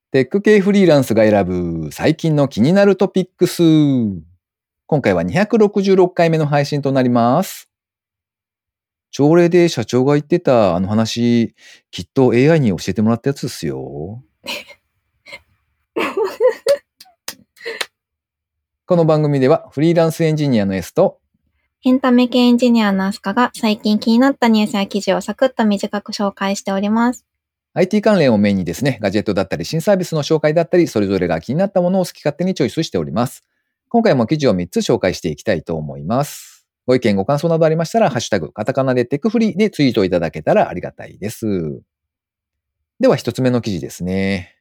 テック系フリーランスが選ぶ最近の気になるトピックス。今回は266回目の配信となります。朝礼で社長が言ってたあの話、きっと AI に教えてもらったやつですよ。この番組ではフリーランスエンジニアの S とエンタメ系エンジニアのアスカが最近気になったニュースや記事をサクッと短く紹介しております。 IT 関連をメインにですね、ガジェットだったり新サービスの紹介だったり、それぞれが気になったものを好き勝手にチョイスしております。今回も記事を3つ紹介していきたいと思います。ご意見ご感想などありましたら、ハッシュタグ、カタカナでテックフリーでツイートいただけたらありがたいです。では1つ目の記事ですね。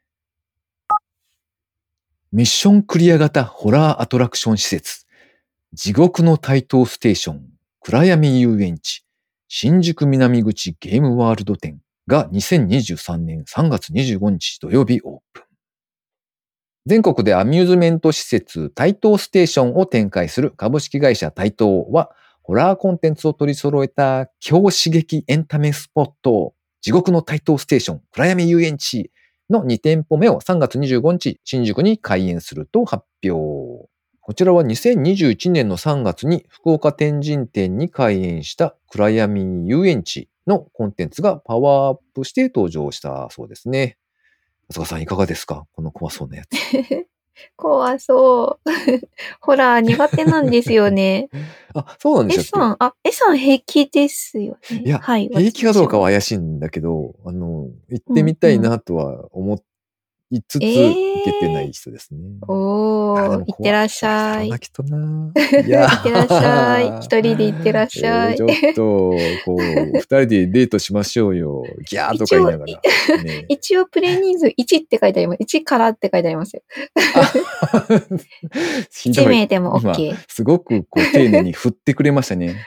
ミッションクリア型ホラーアトラクション施設。地獄の台東ステーション、暗闇遊園地、新宿南口ゲームワールド店が2023年3月25日土曜日オープン。全国でアミューズメント施設台東ステーションを展開する株式会社台東は、ホラーコンテンツを取り揃えた強刺激エンタメスポット、地獄の台東ステーション、暗闇遊園地の2店舗目を3月25日新宿に開園すると発表。こちらは2021年の3月に福岡天神店に開園した暗闇遊園地のコンテンツがパワーアップして登場したそうですね。浅香さんいかがですか？この怖そうなやつ。 怖そう。ホラー苦手なんですよね。 あ、そうなんでしたっけ S さん平気ですよね。 いや、 はい。 平気かどうかは怪しいんだけど、行ってみたいなとは思いつつ、行けてない人ですね。 行ってらっしゃい。 行ってらっしゃい。一人で行ってらっしゃい。 ちょっと、二人でデートしましょうよ。ギャーとか言いながら。 一応プレイ人数1って書いてあります。1からって書いてありますよ。1名でも OK。 すごく丁寧に振ってくれましたね。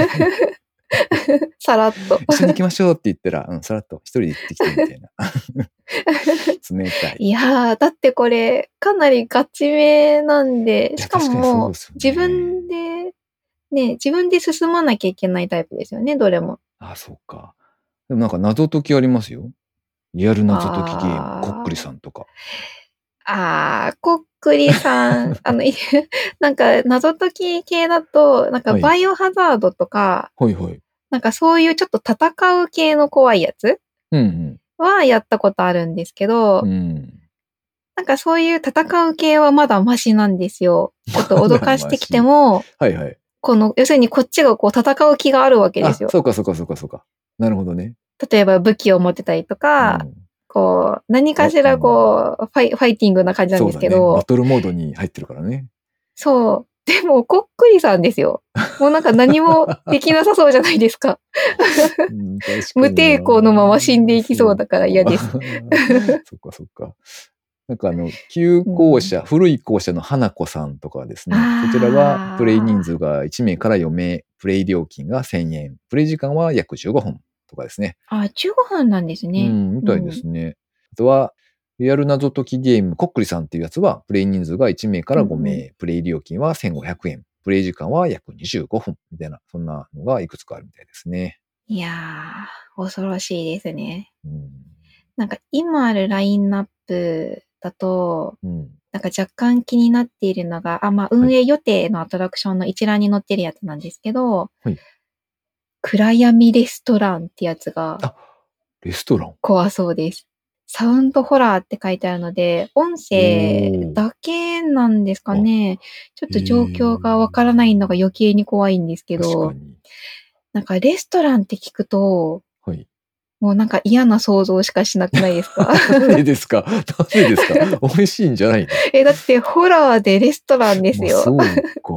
さらっと。 一緒に行きましょうって言ったら、さらっと一人で行ってきてみたいな。冷たい。 いやー、だってこれ、かなりガチめなんで、しかも、自分で進まなきゃいけないタイプですよね、どれも。 あ、そうか。でもなんか謎解きありますよ。リアル謎解きゲーム、こっくりさんとか。 こっくりさん、なんか謎解き系だと、なんかバイオハザードとか、なんかそういうちょっと戦う系の怖いやつはやったことあるんですけど、なんかそういう戦う系はまだマシなんですよ。ちょっと脅かしてきても、要するにこっちが戦う気があるわけですよ。 そうか。なるほどね。 例えば武器を持ってたりとか、何かしらファイティングな感じなんですけど。 バトルモードに入ってるからね。 そう。でも、こっくりさんですよ。もうなんか何もできなさそうじゃないですか。無抵抗のまま死んでいきそうだから嫌です。 そっか。なんか旧校舎、古い校舎の花子さんとかですね。こちらはプレイ人数が1名から4名、プレイ料金が1000円、プレイ時間は約15分とかですね。 15分なんですね。 みたいですね。あとは、リアル謎解きゲーム、こっくりさんっていうやつは、プレイ人数が1名から5名、プレイ料金は1500円、プレイ時間は約25分みたいな、そんなのがいくつかあるみたいですね。 いやー、恐ろしいですね。なんか今あるラインナップだと、なんか若干気になっているのが、運営予定のアトラクションの一覧に載ってるやつなんですけど、暗闇レストランってやつが、 レストラン怖そうです。サウンドホラーって書いてあるので、音声だけなんですかね。ちょっと状況がわからないのが余計に怖いんですけど、なんかレストランって聞くと、もうなんか嫌な想像しかしなくないですか？ なんでですか美味しいんじゃないの？ だってホラーでレストランですよ。 そうか。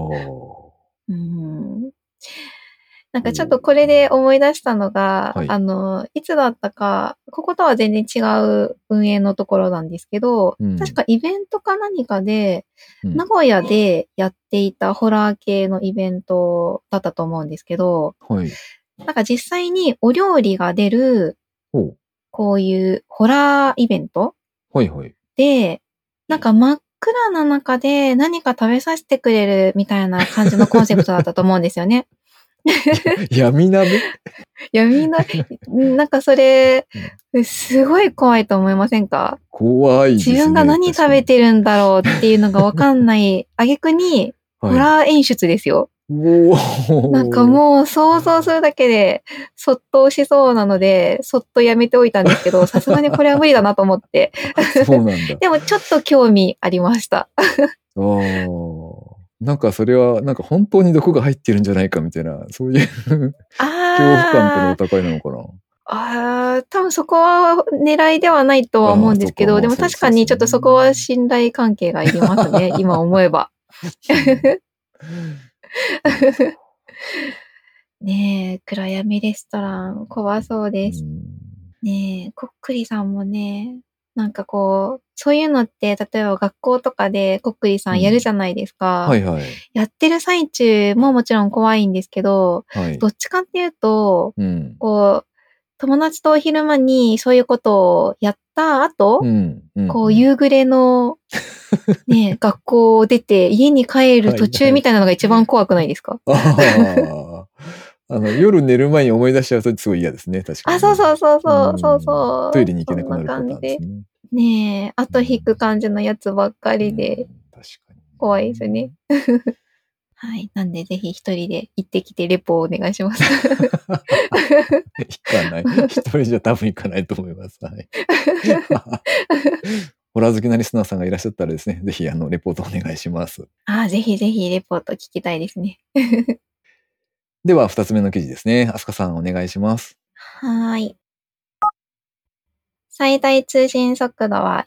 なんかちょっとこれで思い出したのが、いつだったか、こことは全然違う運営のところなんですけど、確かイベントか何かで、名古屋でやっていたホラー系のイベントだったと思うんですけど、なんか実際にお料理が出る、こういうホラーイベントで、なんか真っ暗な中で何か食べさせてくれるみたいな感じのコンセプトだったと思うんですよね。 闇鍋なんかそれ、すごい怖いと思いませんか？ 怖いですね。 自分が何食べてるんだろうっていうのがわかんない。挙句に、ホラー演出ですよ。なんかもう想像するだけで、そっとしそうなので、そっとやめておいたんですけど、さすがにこれは無理だなと思って。 そうなんだ。 でもちょっと興味ありました。 なんかそれは、なんか本当に毒が入ってるんじゃないかみたいな、そういう恐怖感との戦いなのかな。 多分そこは狙いではないとは思うんですけど、でも確かにちょっとそこは信頼関係がいりますね、今思えば。ねえ、暗闇レストラン、怖そうです。ねえ、こっくりさんもね、なんかこう、そういうのって、例えば学校とかでこっくりさんやるじゃないですか。 はいはい。 やってる最中ももちろん怖いんですけど、どっちかっていうと、こう、友達とお昼間にそういうことをやった後、こう、夕暮れの、ね、学校を出て家に帰る途中みたいなのが一番怖くないですか？ 夜寝る前に思い出しちゃうとすごい嫌ですね、確かに。 そう。 トイレに行けなくなるパターンですね。 ねえ、後引く感じのやつばっかりで、怖いですね。はい。なんで、ぜひ一人で行ってきてレポをお願いします。 行かない。一人じゃ多分行かないと思います。はい。ホラー好きなリスナーさんがいらっしゃったらですね、ぜひレポートお願いします。 ぜひぜひレポート聞きたいですね。 では、二つ目の記事ですね。あすかさんお願いします。 はい。最大通信速度は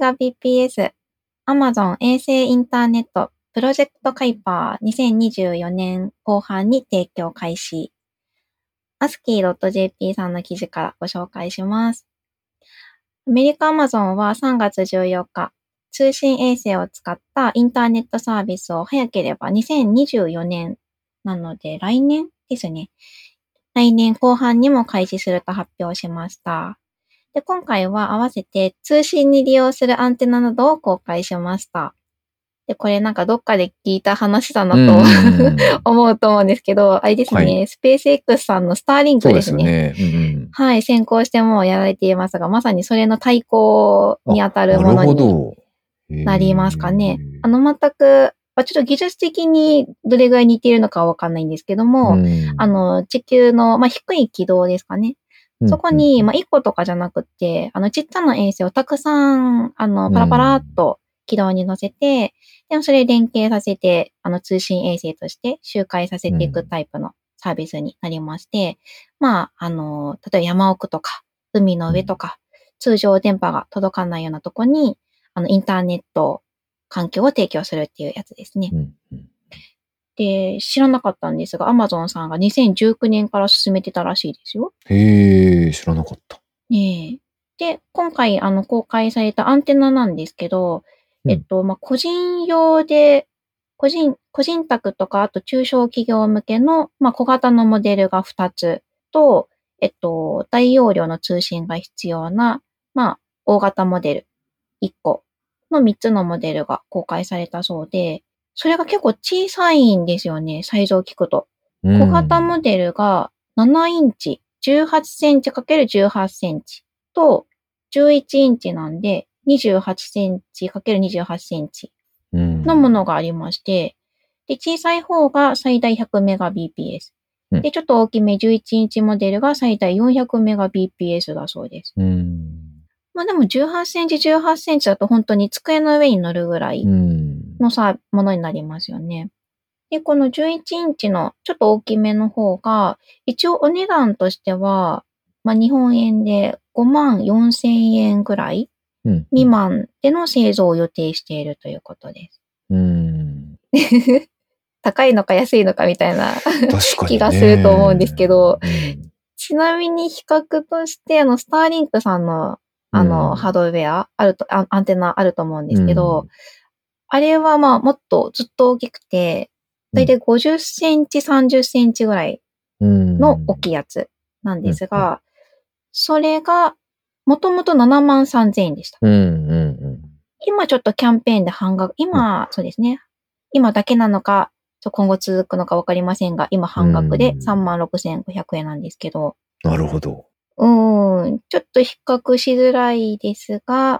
1GBps。Amazon 衛星インターネットプロジェクトカイパー2024年後半に提供開始。ASCII.jp さんの記事からご紹介します。アメリカ Amazon は3月14日、通信衛星を使ったインターネットサービスを早ければ2024年なので来年ですね。来年後半にも開始すると発表しました。で、今回は合わせて通信に利用するアンテナなどを公開しました。で、これなんかどっかで聞いた話だなと思うと思うんですけど、あれですね、スペース X さんのスターリンクですね。はい、先行してもうやられていますが、まさにそれの対抗に当たるものになりますかね。全く、ちょっと技術的にどれぐらい似ているのかはわかんないんですけども、地球の、低い軌道ですかね。そこに、1個とかじゃなくて、ちっちゃな衛星をたくさん、パラパラっと軌道に乗せて、でもそれ連携させて、通信衛星として周回させていくタイプのサービスになりまして、例えば山奥とか、海の上とか、通常電波が届かないようなとこに、インターネット環境を提供するっていうやつですね。で、知らなかったんですが、Amazon さんが2019年から進めてたらしいですよ。 へー、知らなかった。 ねえ。で、今回、公開されたアンテナなんですけど、個人用で、個人宅とか、あと中小企業向けの、小型のモデルが2つと、大容量の通信が必要な、大型モデル1個の3つのモデルが公開されたそうで、それが結構小さいんですよね、サイズを聞くと。小型モデルが7インチ、18センチ ×18 センチと11インチなんで28センチ ×28 センチのものがありまして、で、小さい方が最大100メガ bps。で、ちょっと大きめ11インチモデルが最大400メガ bps だそうです。でも18センチ18センチだと本当に机の上に乗るぐらいのものになりますよね。で、この11インチのちょっと大きめの方が、一応お値段としては、日本円で54,000円ぐらい未満での製造を予定しているということです。高いのか安いのかみたいな気がすると思うんですけど、ちなみに比較として、スターリンクさんの、ハードウェア、アンテナあると思うんですけど、あれはもっとずっと大きくて、だいたい50センチ、30センチぐらいの大きいやつなんですが、それが、もともと73,000円でした。今ちょっとキャンペーンで半額、そうですね。今だけなのか、今後続くのかわかりませんが、今半額で36,500円なんですけど。 なるほど。 ちょっと比較しづらいですが、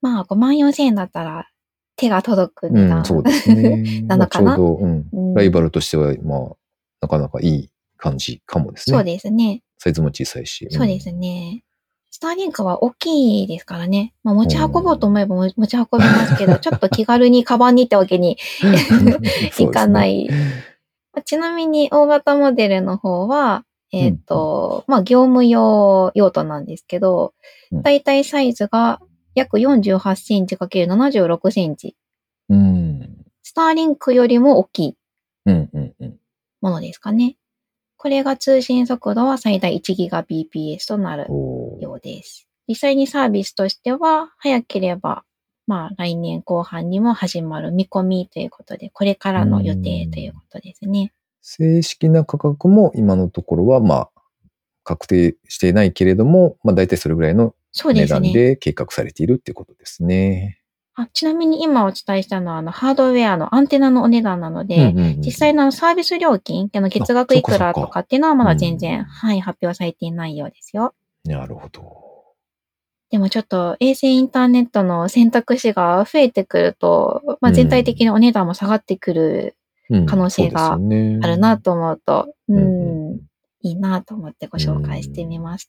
まあ、54,000円だったら手が届く値段、 そうですね。 なのかな。 ちょうど、ライバルとしては、なかなかいい感じかもですね。 そうですね。 サイズも小さいし。 そうですね。スターリンクは大きいですからね。持ち運ぼうと思えば持ち運びますけど、ちょっと気軽にカバンにってわけにいかない。ちなみに大型モデルの方は、業務用用途なんですけど、だいたいサイズが約48センチ ×76 センチ。スターリンクよりも大きいものですかね。これが通信速度は最大 1GBps となるようです。実際にサービスとしては、早ければ、来年後半にも始まる見込みということで、これからの予定ということですね。 正式な価格も今のところは、確定していないけれども、大体それぐらいの値段で計画されているっていうことですね。 ちなみに今お伝えしたのは、ハードウェアのアンテナのお値段なので、実際のサービス料金、月額いくらとかっていうのはまだ全然、発表されていないようですよ。 なるほど。 でもちょっと衛星インターネットの選択肢が増えてくると、全体的にお値段も下がってくる可能性があるなと思うと、いいなと思ってご紹介してみました。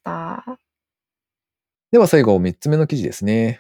では最後、3つ目の記事ですね。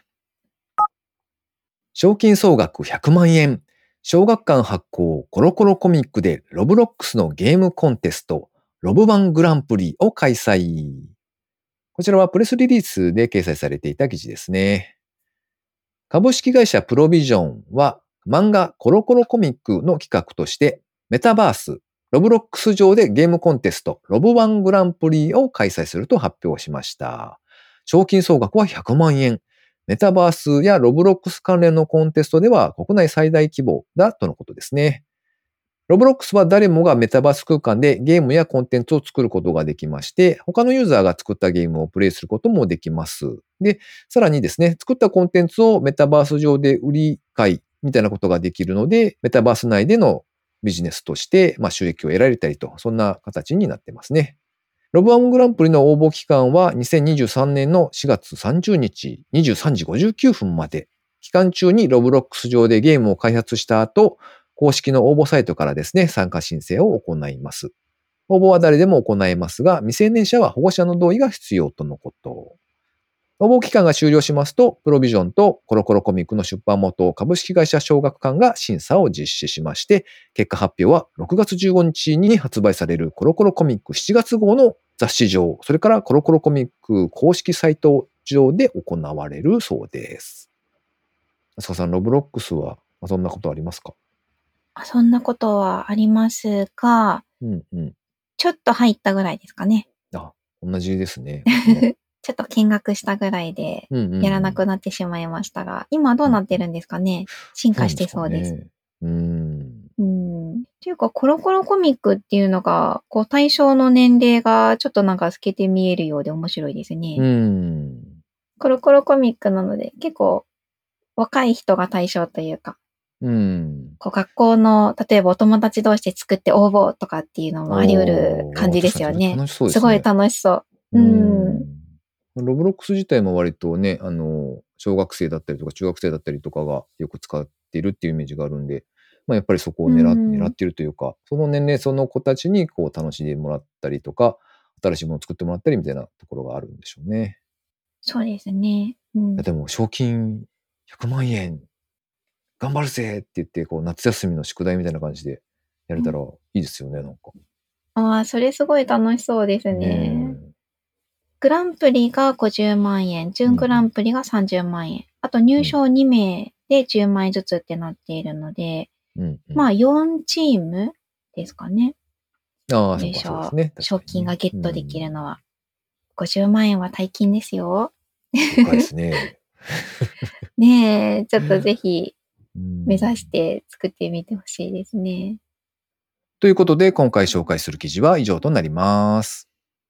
賞金総額100万円。小学館発行コロコロコミックでロブロックスのゲームコンテスト、ロブワングランプリを開催。こちらはプレスリリースで掲載されていた記事ですね。株式会社プロビジョンは漫画コロコロコミックの企画としてメタバース、ロブロックス上でゲームコンテスト、ロブワングランプリを開催すると発表しました。賞金総額は100万円。メタバースやロブロックス関連のコンテストでは国内最大規模だとのことですね。ロブロックスは誰もがメタバース空間でゲームやコンテンツを作ることができまして、他のユーザーが作ったゲームをプレイすることもできます。で、さらにですね、作ったコンテンツをメタバース上で売り買いみたいなことができるので、メタバース内でのビジネスとして、収益を得られたりと、そんな形になってますね。ロブワングランプリの応募期間は2023年の4月30日23時59分まで。期間中にロブロックス上でゲームを開発した後、公式の応募サイトからですね、参加申請を行います。応募は誰でも行えますが、未成年者は保護者の同意が必要とのこと。応募期間が終了しますと、プロビジョンとコロコロコミックの出版元株式会社小学館が審査を実施しまして、結果発表は6月15日に発売されるコロコロコミック7月号の雑誌上、それからコロコロコミック公式サイト上で行われるそうです。あすかさん、ロブロックスはそんなことありますか？ そんなことはありますが、ちょっと入ったぐらいですかね。 同じですね。 ちょっと見学したぐらいで、やらなくなってしまいましたが、今どうなってるんですかね。進化してそうです。っていうか、コロコロコミックっていうのが、対象の年齢がちょっと透けて見えるようで面白いですね。コロコロコミックなので、結構若い人が対象というか、学校の、例えばお友達同士で作って応募とかっていうのもあり得る感じですよね。すごい楽しそう。 ロブロックス自体も割とね、小学生だったりとか中学生だったりとかがよく使っているっていうイメージがあるんで、やっぱりそこを狙っているというか、その年齢、その子たちに楽しんでもらったりとか、新しいものを作ってもらったりみたいなところがあるんでしょうね。 そうですね。 でも、賞金100万円、頑張るぜって言って、夏休みの宿題みたいな感じでやれたらいいですよね、なんか。 それすごい楽しそうですね。グランプリが50万円、準グランプリが30万円。あと入賞2名で10万円ずつってなっているので、4チームですかね。 そうですね。 賞金がゲットできるのは。50万円は大金ですよ。 高いですね。 ねえ、ちょっとぜひ目指して作ってみてほしいですね。 ということで、今回紹介する記事は以上となります。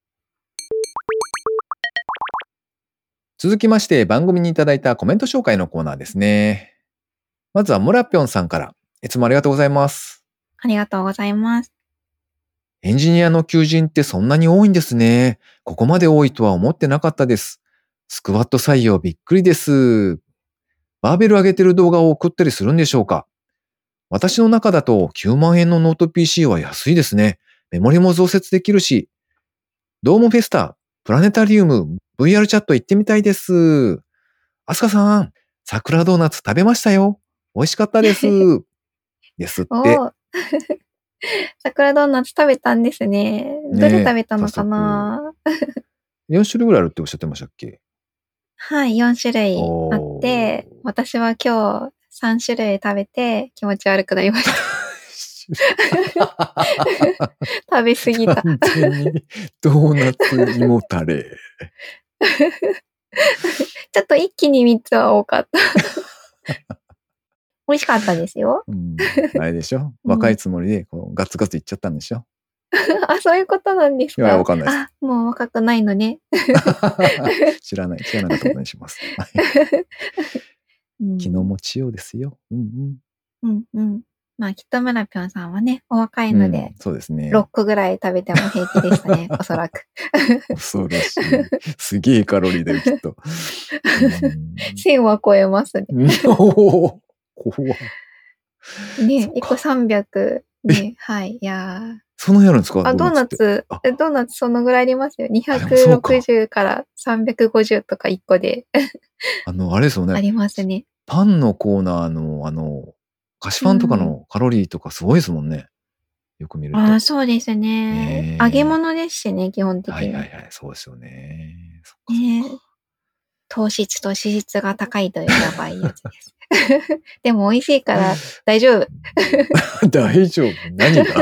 続きまして番組にいただいたコメント紹介のコーナーですね。まずはモラピョンさんから。いつもありがとうございます。 ありがとうございます。 エンジニアの求人ってそんなに多いんですね。ここまで多いとは思ってなかったです。スクワット採用びっくりです。 バーベル上げてる動画を送ったりするんでしょうか？私の中だと9万円のノート PC は安いですね。メモリも増設できるし。ドームフェスタ、プラネタリウム、VR チャット行ってみたいです。アスカさん、桜ドーナツ食べましたよ。美味しかったです。ですって。 桜ドーナツ食べたんですね。どれ食べたのかな ？4種類ぐらいあるっておっしゃってましたっけ？ はい、4種類あって、私は今日3種類食べて気持ち悪くなりました。食べ過ぎた。 完全にドーナツにもたれ。 ちょっと一気に3つは多かった。美味しかったですよ。 あれでしょ、若いつもりでこうガツガツいっちゃったんでしょ。 あ、そういうことなんですか？ いや、わかんないです。 あ、もう若くないのね。 知らなかったことにします。気の持ちようですよ。 まあ、きっと村ぴょんさんはね、お若いので、 そうですね。 6個ぐらい食べても平気でしたね、おそらく。 恐ろしい。すげえカロリーだよ、きっと。 1000は超えますね。 怖ね、1個300。ね、はい、いやー。 そんなやるんですか？ ドーナツそのぐらいありますよ。260から350とか1個で。 あれですよね。 ありますね。 パンのコーナーの、菓子パンとかのカロリーとかすごいですもんね。よく見ると。 ああ、そうですね。揚げ物ですしね、基本的に。 はい、そうですよね。 糖質と脂質が高いというやばいやつです。でも美味しいから大丈夫。 大丈夫？何が？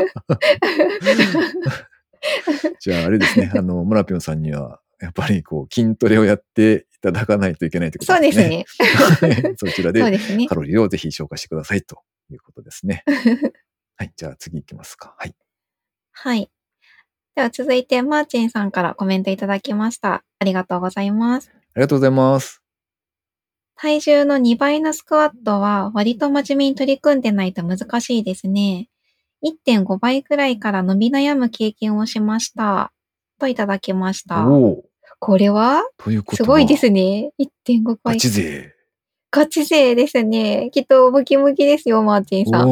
じゃああれですね、村ぴょんさんには、やっぱりこう、筋トレをやっていただかないといけないということですね。そうですね。そちらでカロリーをぜひ消化してくださいということですね。はい、じゃあ次行きますか。はい。 はい。では続いて、マーチンさんからコメントいただきました。ありがとうございます。 ありがとうございます。 体重の2倍のスクワットは割と真面目に取り組んでないと難しいですね。1.5 倍くらいから伸び悩む経験をしました。といただきました。これはすごいですね。1.5 倍。 ガチ勢。 ガチ勢ですね。きっとムキムキですよ、マーチンさん。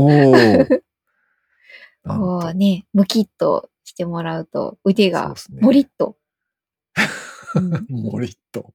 こうね、ムキッとしてもらうと腕がモリッと。 モリッと。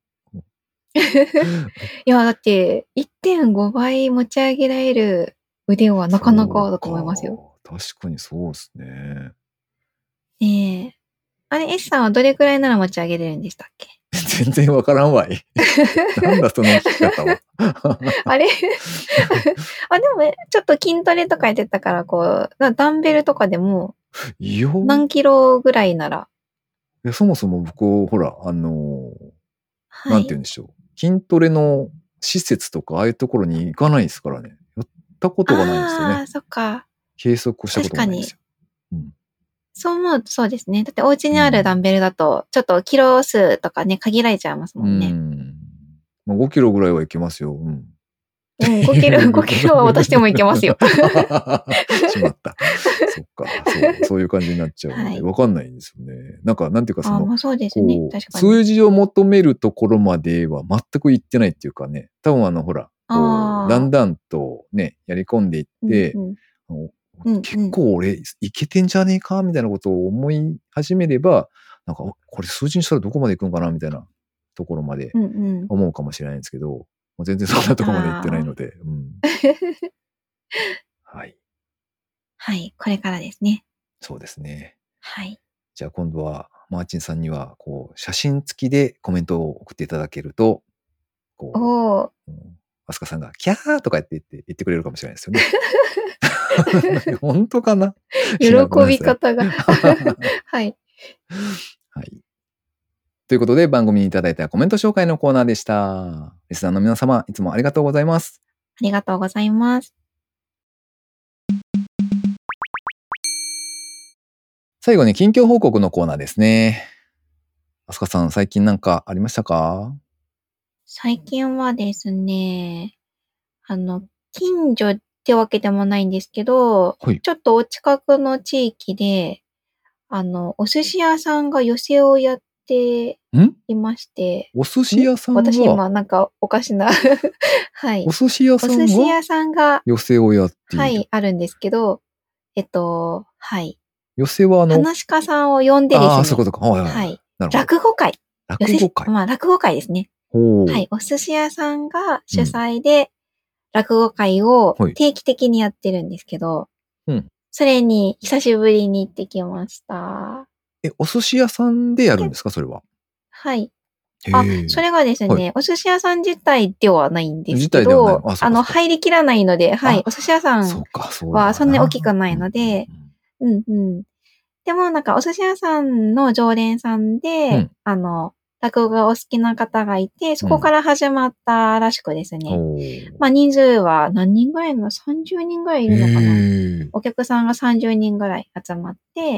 いや、だって 1.5 倍持ち上げられる腕はなかなかだと思いますよ。 確かにそうですね。 ねえ。あれ、S さんはどれくらいなら持ち上げれるんでしたっけ？ 全然わからんわい。なんだその聞き方は。 あれあ、でもね、ちょっと筋トレとかやってたから、こう、ダンベルとかでも、何キロぐらいなら。 そもそも僕、ほら、なんて言うんでしょう。筋トレの施設とか、ああいうところに行かないですからね。やったことがないんですよね。 ああ、そっか。 計測をしたことがないんですよ。 そう思うとそうですね。だってお家にあるダンベルだと、ちょっとキロ数とかね、限られちゃいますもんね。 まあ、5キロぐらいはいけますよ。 5キロは私でもいけますよ。 しまった。そっか。そういう感じになっちゃうので、わかんないんですよね。なんていうかそうですね。確かに。 数字を求めるところまでは全くいってないっていうかね、多分ほら、だんだんとね、やり込んでいって、結構俺いけてんじゃねえかみたいなことを思い始めれば、これ数字にしたらどこまでいくんかなみたいなところまで思うかもしれないんですけど、全然そんなところまでいってないので。はい。 はい、これからですね。 そうですね。 はい。 じゃあ今度はマーチンさんには写真付きでコメントを送っていただけると、アスカさんがキャーとか言ってくれるかもしれないですよね。本当かな？ 喜び方が。はい。 はい。ということで番組にいただいたコメント紹介のコーナーでした。リスナーの皆様、いつもありがとうございます。 ありがとうございます。 最後に近況報告のコーナーですね。アスカさん、最近なんかありましたか？ 最近はですね、近所ってわけでもないんですけど、ちょっとお近くの地域で、お寿司屋さんが寄席をやっていまして。 お寿司屋さんは私今なんかおかしな。はい。 お寿司屋さんはお寿司屋さんが、 寄席をやっている。 はい、あるんですけど、はい。 寄席は話し家さんを呼んでですね。 ああ、そういうことか。 はい。落語会。 落語会。 まあ、落語会ですね。はい。お寿司屋さんが主催で、落語会を定期的にやってるんですけど、それに久しぶりに行ってきました。 お寿司屋さんでやるんですか、それは。 はい。それがですね、お寿司屋さん自体ではないんですけど、入りきらないので、はい、お寿司屋さんはそんなに大きくないので、でもなんかお寿司屋さんの常連さんで、落語がお好きな方がいて、そこから始まったらしくですね。まあ人数は何人ぐらいの ?30 人ぐらいいるのかな。お客さんが30人ぐらい集まって、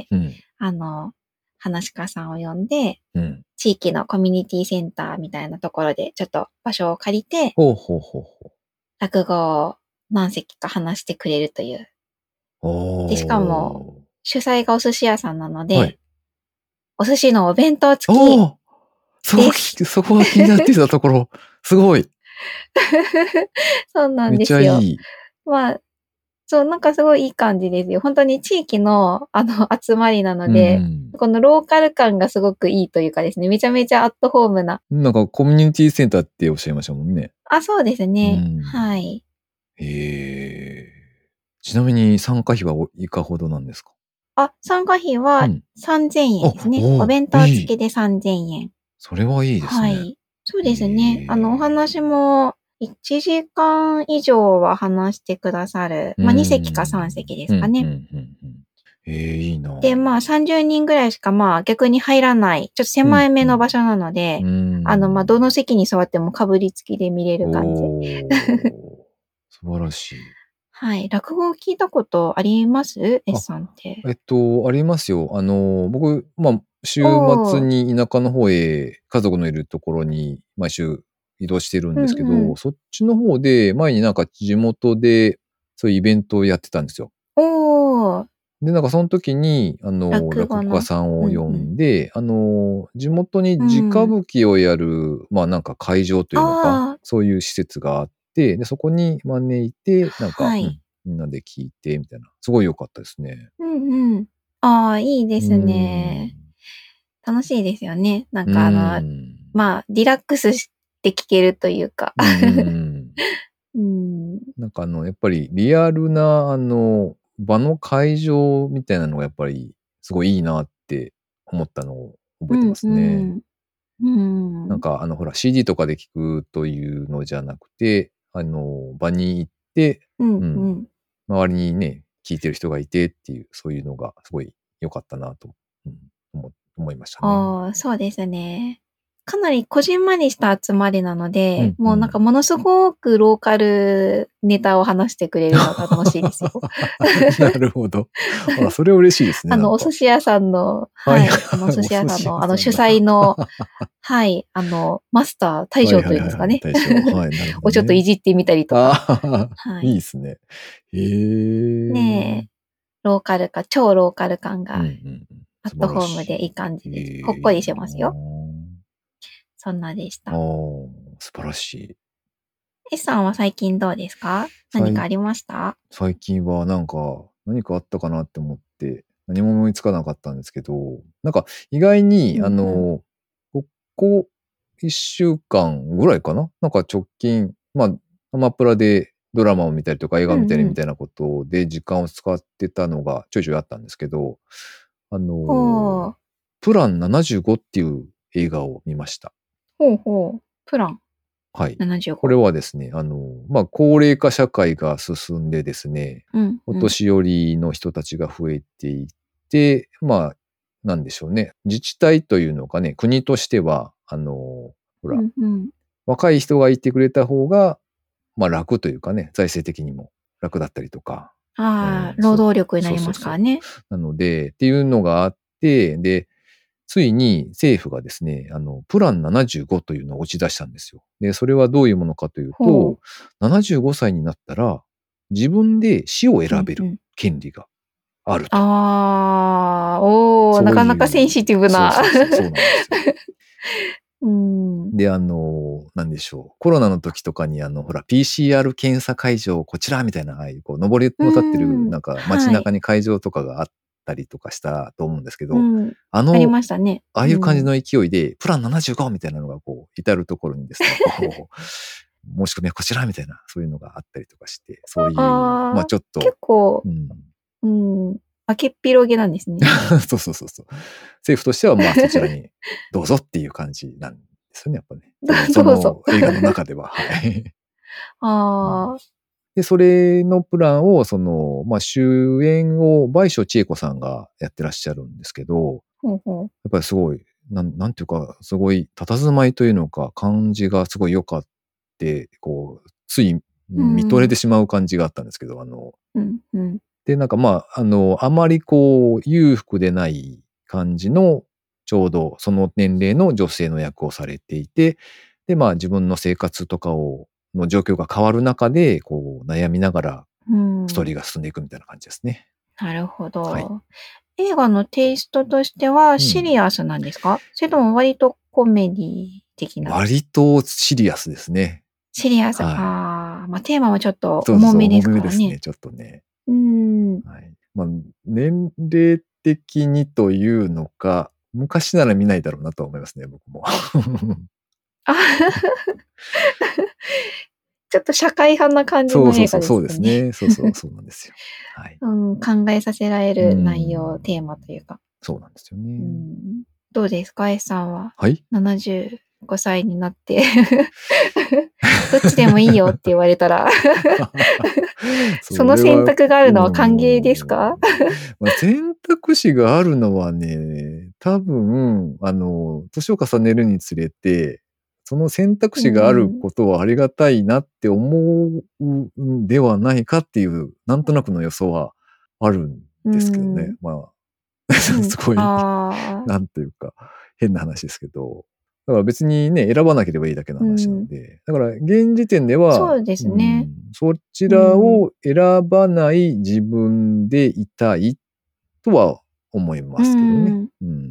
話し家さんを呼んで、地域のコミュニティセンターみたいなところでちょっと場所を借りて、落語を何席か話してくれるという。で、しかも、主催がお寿司屋さんなので、お寿司のお弁当付き。 そこは気になっていたところ、すごい。 そうなんですよ。めっちゃいい。まあ、そう、なんかすごいいい感じですよ。本当に地域の、集まりなので、このローカル感がすごくいいというかですね、めちゃめちゃアットホームな。 なんかコミュニティセンターっておっしゃいましたもんね。 そうですね。はい。 ちなみに参加費はいかほどなんですか？ 参加費は3000円ですね。お弁当付きで3000円。 それはいいですね。 はい。そうですね。お話も1時間以上は話してくださる。まあ2席か3席ですかね。 いいな。 で、まあ30人ぐらいしかまあ逆に入らない、ちょっと狭い目の場所なので、まあどの席に座っても被り付きで見れる感じ。 素晴らしい。 はい。落語を聞いたことあります？ S さんって。 ありますよ。僕、まあ、週末に田舎の方へ家族のいるところに毎週移動してるんですけど、そっちの方で前になんか地元でそういうイベントをやってたんですよ。で、なんかその時に、落語家さんを呼んで、地元に直吹きをやる、まあなんか会場というのか、そういう施設があって、で、そこに招いて、なんか、みんなで聞いて、みたいな。すごい良かったですね。 いいですね。楽しいですよね。なんかまあ、リラックスして聞けるというか。 なんかやっぱりリアルな、場の会場みたいなのがやっぱりすごいいいなって思ったのを覚えてますね。なんかほら CD とかで聞くというのじゃなくて、場に行って、周りにね、聞いてる人がいてっていう、そういうのがすごい良かったなと、思いましたね。 そうですね。かなりこじんまりした集まりなので、もうなんかものすごくローカルネタを話してくれるのが楽しいですよ。 なるほど。それは嬉しいですね。 お寿司屋さんの、はい。お寿司屋さんの、主催の、はい。マスター、大将というんですかね。 大将。はい。なるほど。 をちょっといじってみたりとか。 いいですね。 ねえ。ローカルか、超ローカル感が、アットホームでいい感じです。ほっこりしますよ。そんなでした。 素晴らしい。 S さんは最近どうですか？何かありました？ 最近はなんか、何かあったかなって思って、何も思いつかなかったんですけど、なんか意外に、ここ1週間ぐらいかな？なんか直近、まあ、アマプラでドラマを見たりとか映画を見たりみたいなことで時間を使ってたのがちょいちょいあったんですけど、プラン75っていう映画を見ました。 プラン。 はい。これはですね、まあ、高齢化社会が進んでですね、お年寄りの人たちが増えていって、まあ、なんでしょうね。自治体というのかね、国としては、ほら、若い人がいてくれた方が、まあ楽というかね、財政的にも楽だったりとか。 労働力になりますからね。 なので、っていうのがあって、で、ついに政府がですね、プラン75というのを打ち出したんですよ。で、それはどういうものかというと、75歳になったら、自分で死を選べる権利があると。 なかなかセンシティブな。 そうなんですよ。で、なんでしょう。コロナの時とかにほら、PCR 検査会場、こちらみたいな、こう、登りの立ってる、なんか、街中に会場とかがあったりとかしたと思うんですけど、 ありましたね。 ああいう感じの勢いで、プラン75みたいなのが、こう、至るところにですね、こう、申し込みはこちらみたいな、そういうのがあったりとかして、そういう、まあちょっと。 結構、開けっ広げなんですね。 そう。政府としては、まあそちらにどうぞっていう感じなんですよね、やっぱね。その映画の中では。はい。で、それのプランを、まあ主演を倍賞千恵子さんがやってらっしゃるんですけど、やっぱりすごい、なんていうか、すごい、佇まいというのか、感じがすごい良かって、こう、つい見とれてしまう感じがあったんですけど、で、なんかまあ、あまりこう、裕福でない感じの、ちょうどその年齢の女性の役をされていて、で、まあ自分の生活とかの状況が変わる中で、こう、悩みながら、ストーリーが進んでいくみたいな感じですね。 なるほど。はい、映画のテイストとしてはシリアスなんですか？それとも割とコメディ的な？ 割とシリアスですね。 シリアス。まあテーマはちょっと重めですからね。 重めですね、ちょっとね。はい。まあ、年齢的にというのか、昔なら見ないだろうなと思いますね、僕も。 ちょっと社会派な感じの映画ですね。 そうですね。そうなんですよ。はい。 考えさせられる内容、テーマというか。 そうなんですよね。 どうですか、S さんは。 はい。 75歳になって、どっちでもいいよって言われたら、その選択があるのは歓迎ですか？ 選択肢があるのはね、多分、年を重ねるにつれて、その選択肢があることはありがたいなって思うんではないかっていう、なんとなくの予想はあるんですけどね。まあ、すごい、なんというか、変な話ですけど。だから別にね、選ばなければいいだけの話なので。だから、現時点では、 そうですね。 そちらを選ばない自分でいたいとは思いますけどね。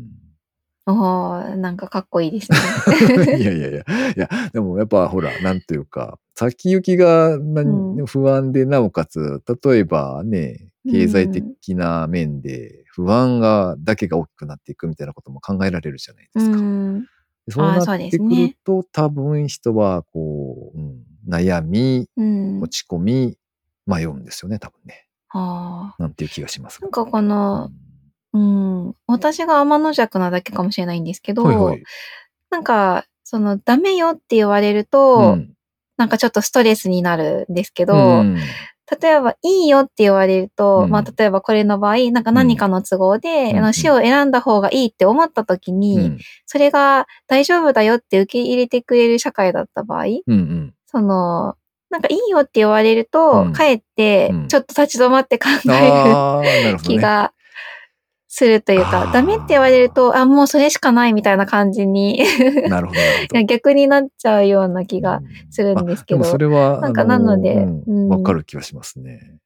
なんかかっこいいですね。 いや、でもやっぱほら、なんというか、先行きが不安で、なおかつ、例えばね、経済的な面で不安だけが大きくなっていくみたいなことも考えられるじゃないですか。そうなってくると、多分人はこう、悩み、落ち込み、迷うんですよね、多分ね。なんていう気がします。 なんかこの、私が天の弱なだけかもしれないんですけど、なんか、ダメよって言われると、なんかちょっとストレスになるんですけど、例えば、いいよって言われると、まあ、例えばこれの場合、なんか何かの都合で、死を選んだ方がいいって思った時に、それが大丈夫だよって受け入れてくれる社会だった場合、なんかいいよって言われると、かえって、ちょっと立ち止まって考える気がするというか、ダメって言われると、もうそれしかないみたいな感じになるほど。 逆になっちゃうような気がするんですけど。 でもそれは、 なんかなので、 わかる気がしますね。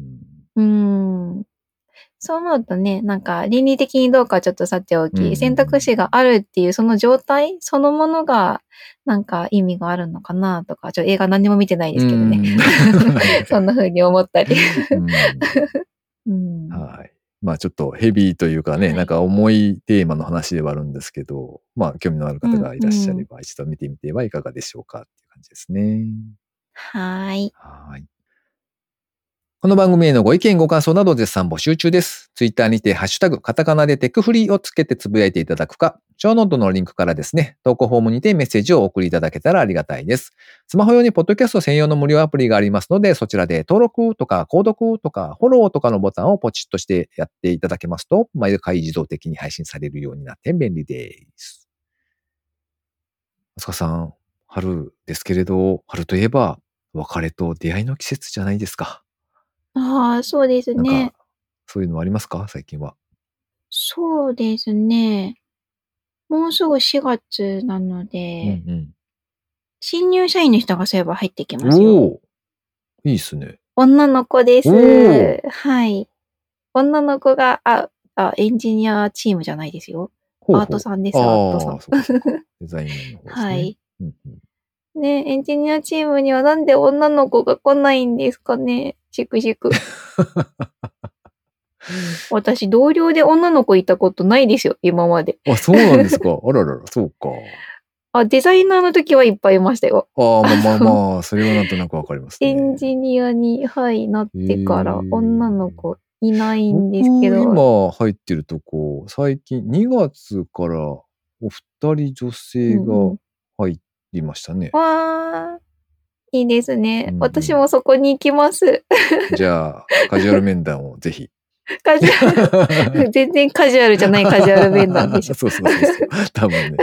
そう思うとね、なんか倫理的にどうかちょっとさておき、選択肢があるっていうその状態そのものがなんか意味があるのかなとか、映画何も見てないですけどね。そんな風に思ったり。 はい。まあちょっとヘビーというかね、なんか重いテーマの話ではあるんですけど、まあ興味のある方がいらっしゃれば一度見てみてはいかがでしょうかっていう感じですね。 はい。 この番組へのご意見ご感想など絶賛募集中です。ツイッターにてハッシュタグカタカナでテクフリーをつけてつぶやいていただくか、ショーノートのリンクからですね、投稿フォームにてメッセージをお送りいただけたらありがたいです。スマホ用にポッドキャスト専用の無料アプリがありますので、そちらで登録とか購読とかフォローとかのボタンをポチッとしてやっていただけますと、毎回自動的に配信されるようになって便利です。あすかさん、春ですけれど、春といえば別れと出会いの季節じゃないですか。 そうですね。 なんか、そういうのありますか？最近は。 そうですね。もうすぐ4月なので、新入社員の人がそういえば入ってきますよ。 いいっすね。 女の子です。はい。 女の子が、エンジニアチームじゃないですよ。 ほうほう。 アートさんです、アートさん。 そうかそうか。デザインの方ですね。 はい。 うんうん、 ね、エンジニアチームにはなんで女の子が来ないんですかね。しくしく。私、同僚で女の子いたことないですよ、今まで。 あ、そうなんですか。あららら、そうか。 デザイナーの時はいっぱいいましたよ。 まあ、それはなんとなくわかりますね。 エンジニアに、なってから女の子いないんですけど。 僕、今入ってるとこ、最近2月からお二人女性が入りましたね。 わー、いいですね。私もそこに行きます。 じゃあ、カジュアル面談をぜひ。 カジュアル、全然カジュアルじゃないカジュアル面談でしょ。 そう。多分ね。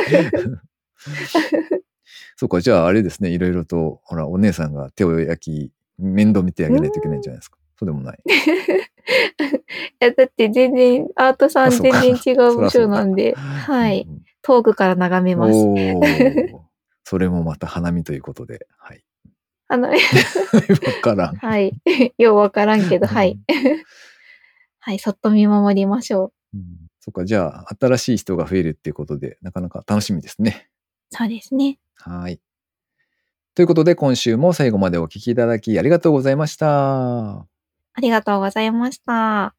そうか、じゃああれですね、いろいろと、ほら、お姉さんが手を焼き、面倒見てあげないといけないんじゃないですか。そうでもない。 だって全然、アートさん全然違う部署なんで、はい。遠くから眺めます。 それもまた花見ということで、はい。 花見わからん。 はい。ようわからんけど、はい。はい、そっと見守りましょう。 そっか、じゃあ、新しい人が増えるっていうことで、なかなか楽しみですね。 そうですね。 はい。ということで、今週も最後までお聞きいただきありがとうございました。 ありがとうございました。